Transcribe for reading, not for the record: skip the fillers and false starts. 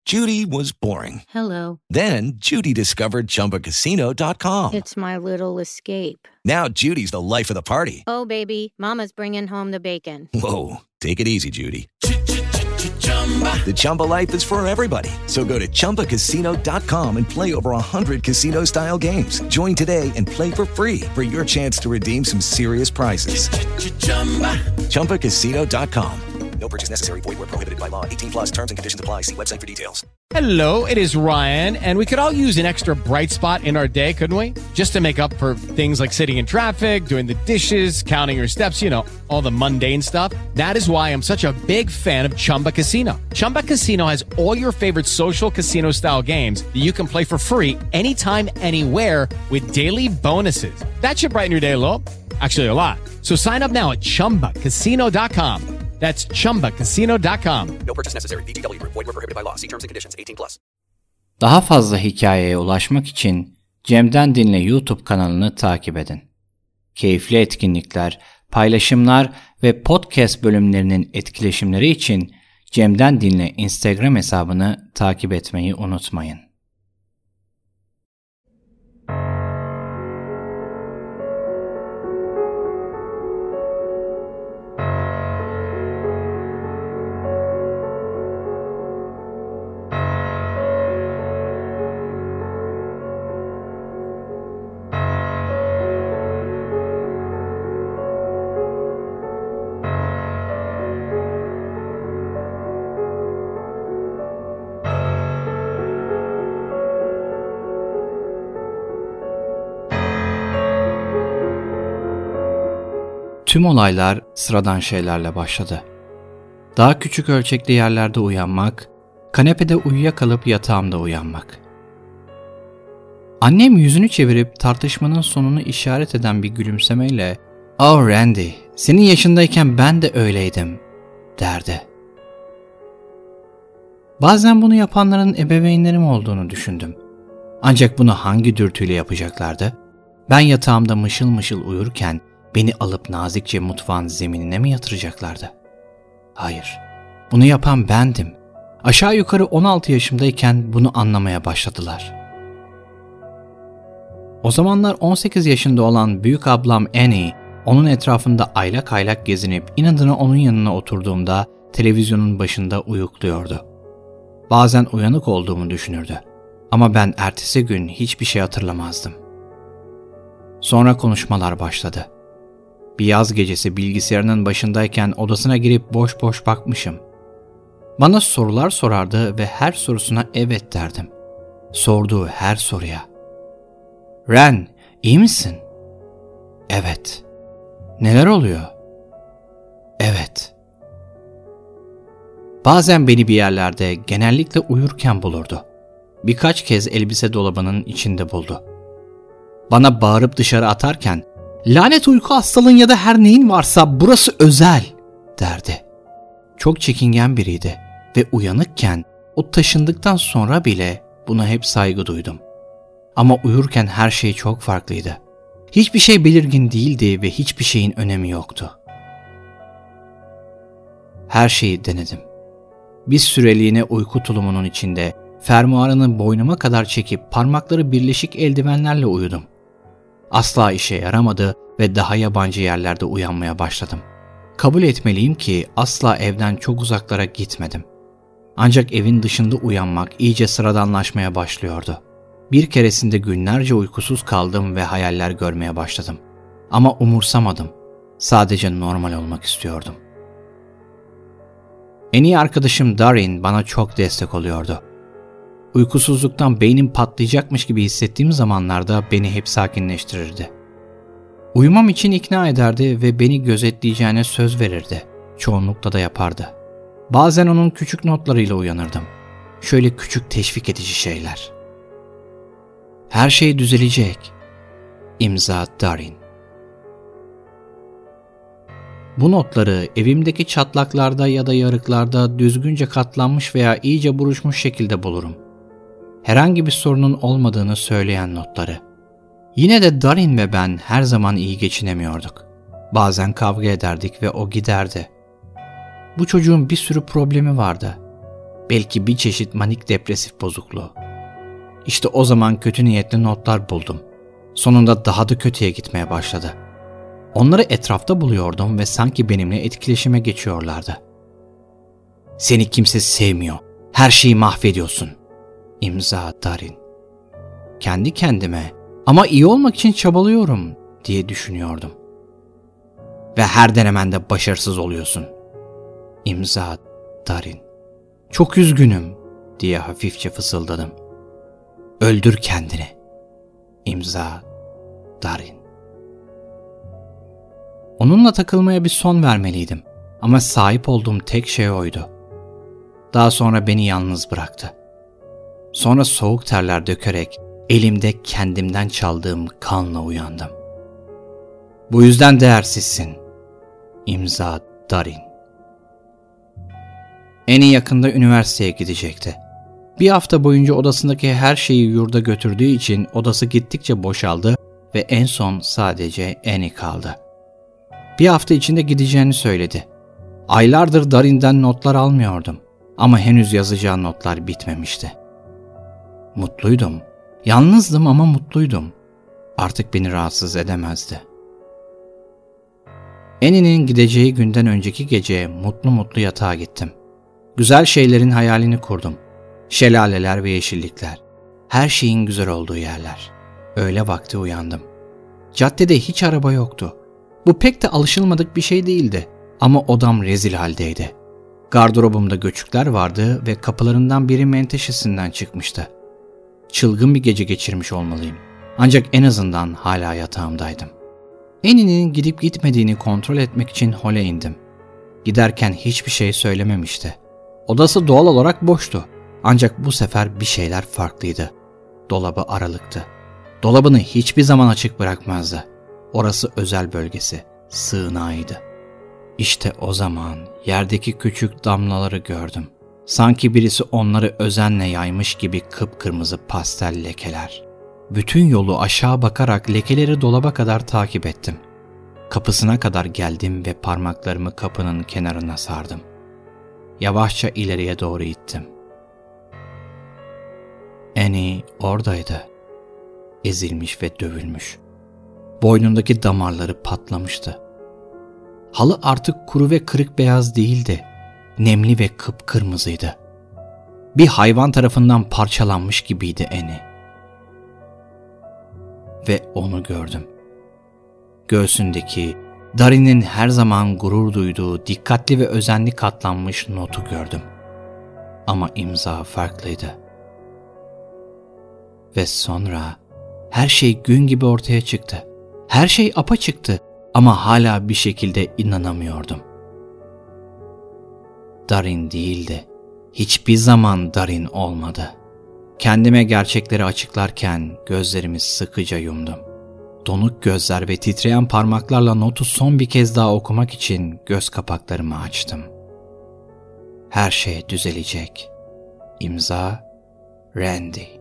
Judy was boring. Hello. Then Judy discovered ChumbaCasino.com. It's my little escape. Now Judy's the life of the party. Oh, baby, mama's bringing home the bacon. Whoa, take it easy, Judy. The Chumba life is for everybody. So go to ChumbaCasino.com and play over 100 casino-style games. Join today and play for free for your chance to redeem some serious prizes. ChumbaCasino.com. No purchase necessary. Void where prohibited by law. 18 plus terms and conditions apply. See website for details. Hello, it is Ryan, and we could all use an extra bright spot in our day, couldn't we? Just to make up for things like sitting in traffic, doing the dishes, counting your steps, you know, all the mundane stuff. That is why I'm such a big fan of Chumba Casino. Chumba Casino has all your favorite social casino-style games that you can play for free anytime, anywhere with daily bonuses. That should brighten your day a little. Actually, a lot. So sign up now at ChumbaCasino.com. That's ChumbaCasino.com. No purchase necessary. VGW Group. Void where prohibited by law. See terms and conditions. 18 plus. Daha fazla hikayeye ulaşmak için Cem'den Dinle YouTube kanalını takip edin. Keyifli etkinlikler, paylaşımlar ve podcast bölümlerinin etkileşimleri için Cem'den Dinle Instagram hesabını takip etmeyi unutmayın. Tüm olaylar sıradan şeylerle başladı. Daha küçük ölçekli yerlerde uyanmak, kanepede uyuyakalıp yatağımda uyanmak. Annem yüzünü çevirip tartışmanın sonunu işaret eden bir gülümsemeyle "Oh Randy, senin yaşındayken ben de öyleydim," derdi. Bazen bunu yapanların ebeveynlerim olduğunu düşündüm. Ancak bunu hangi dürtüyle yapacaklardı? Ben yatağımda mışıl mışıl uyurken beni alıp nazikçe mutfağın zeminine mi yatıracaklardı? Hayır. Bunu yapan bendim. Aşağı yukarı 16 yaşımdayken bunu anlamaya başladılar. O zamanlar 18 yaşında olan büyük ablam Annie, onun etrafında aylak aylak gezinip inadına onun yanına oturduğumda televizyonun başında uyukluyordu. Bazen uyanık olduğumu düşünürdü. Ama ben ertesi gün hiçbir şey hatırlamazdım. Sonra konuşmalar başladı. Bir yaz gecesi bilgisayarının başındayken odasına girip boş boş bakmışım. Bana sorular sorardı ve her sorusuna evet derdim. Sorduğu her soruya. "Ren, iyi misin?" "Evet." "Neler oluyor?" "Evet." Bazen beni bir yerlerde, genellikle uyurken bulurdu. Birkaç kez elbise dolabının içinde buldu. Bana bağırıp dışarı atarken, "Lanet uyku hastalığın ya da her neyin varsa burası özel," derdi. Çok çekingen biriydi ve uyanıkken, o taşındıktan sonra bile buna hep saygı duydum. Ama uyurken her şey çok farklıydı. Hiçbir şey belirgin değildi ve hiçbir şeyin önemi yoktu. Her şeyi denedim. Bir süreliğine uyku tulumunun içinde fermuarını boynuma kadar çekip parmakları birleşik eldivenlerle uyudum. Asla işe yaramadı ve daha yabancı yerlerde uyanmaya başladım. Kabul etmeliyim ki asla evden çok uzaklara gitmedim. Ancak evin dışında uyanmak iyice sıradanlaşmaya başlıyordu. Bir keresinde günlerce uykusuz kaldım ve hayaller görmeye başladım. Ama umursamadım. Sadece normal olmak istiyordum. En iyi arkadaşım Darin bana çok destek oluyordu. Uykusuzluktan beynim patlayacakmış gibi hissettiğim zamanlarda beni hep sakinleştirirdi. Uyumam için ikna ederdi ve beni gözetleyeceğine söz verirdi. Çoğunlukla da yapardı. Bazen onun küçük notlarıyla uyanırdım. Şöyle küçük teşvik edici şeyler. "Her şey düzelecek." İmza Darin. Bu notları evimdeki çatlaklarda ya da yarıklarda düzgünce katlanmış veya iyice buruşmuş şekilde bulurum. Herhangi bir sorunun olmadığını söyleyen notları. Yine de Darin ve ben her zaman iyi geçinemiyorduk. Bazen kavga ederdik ve o giderdi. Bu çocuğun bir sürü problemi vardı. Belki bir çeşit manik depresif bozukluğu. İşte o zaman kötü niyetli notlar buldum. Sonunda daha da kötüye gitmeye başladı. Onları etrafta buluyordum ve sanki benimle etkileşime geçiyorlardı. Seni kimse sevmiyor. Her şeyi mahvediyorsun. İmza Darin. Kendi kendime ama iyi olmak için çabalıyorum diye düşünüyordum. Ve her denemende başarısız oluyorsun. İmza Darin. Çok üzgünüm diye hafifçe fısıldadım. Öldür kendini. İmza Darin. Onunla takılmaya bir son vermeliydim ama sahip olduğum tek şey oydu. Daha sonra beni yalnız bıraktı. Sonra soğuk terler dökerek elimde kendimden çaldığım kanla uyandım. Bu yüzden değersizsin. İmza Darin. Annie yakında üniversiteye gidecekti. Bir hafta boyunca odasındaki her şeyi yurda götürdüğü için odası gittikçe boşaldı ve en son sadece Annie kaldı. Bir hafta içinde gideceğini söyledi. Aylardır Darin'den notlar almıyordum ama henüz yazacağı notlar bitmemişti. Mutluydum. Yalnızdım ama mutluydum. Artık beni rahatsız edemezdi. Annie'nin gideceği günden önceki gece mutlu mutlu yatağa gittim. Güzel şeylerin hayalini kurdum. Şelaleler ve yeşillikler. Her şeyin güzel olduğu yerler. Öğle vakti uyandım. Caddede hiç araba yoktu. Bu pek de alışılmadık bir şey değildi. Ama odam rezil haldeydi. Gardırobumda göçükler vardı ve kapılarından biri menteşesinden çıkmıştı. Çılgın bir gece geçirmiş olmalıyım. Ancak en azından hala yatağımdaydım. Annie'nin gidip gitmediğini kontrol etmek için hole indim. Giderken hiçbir şey söylememişti. Odası doğal olarak boştu. Ancak bu sefer bir şeyler farklıydı. Dolabı aralıktı. Dolabını hiçbir zaman açık bırakmazdı. Orası özel bölgesi, sığınağıydı. İşte o zaman yerdeki küçük damlaları gördüm. Sanki birisi onları özenle yaymış gibi kıpkırmızı pastel lekeler. Bütün yolu aşağı bakarak lekeleri dolaba kadar takip ettim. Kapısına kadar geldim ve parmaklarımı kapının kenarına sardım. Yavaşça ileriye doğru ittim. Annie oradaydı. Ezilmiş ve dövülmüş. Boynundaki damarları patlamıştı. Halı artık kuru ve kırık beyaz değildi. Nemli ve kıpkırmızıydı. Bir hayvan tarafından parçalanmış gibiydi Annie. Ve onu gördüm. Göğsündeki, Darin'in her zaman gurur duyduğu dikkatli ve özenli katlanmış notu gördüm. Ama imza farklıydı. Ve sonra her şey gün gibi ortaya çıktı. Her şey apaçıktı ama hala bir şekilde inanamıyordum. Darin değildi. Hiçbir zaman Darin olmadı. Kendime gerçekleri açıklarken gözlerimi sıkıca yumdum. Donuk gözler ve titreyen parmaklarla notu son bir kez daha okumak için göz kapaklarımı açtım. Her şey düzelecek. İmza Randy.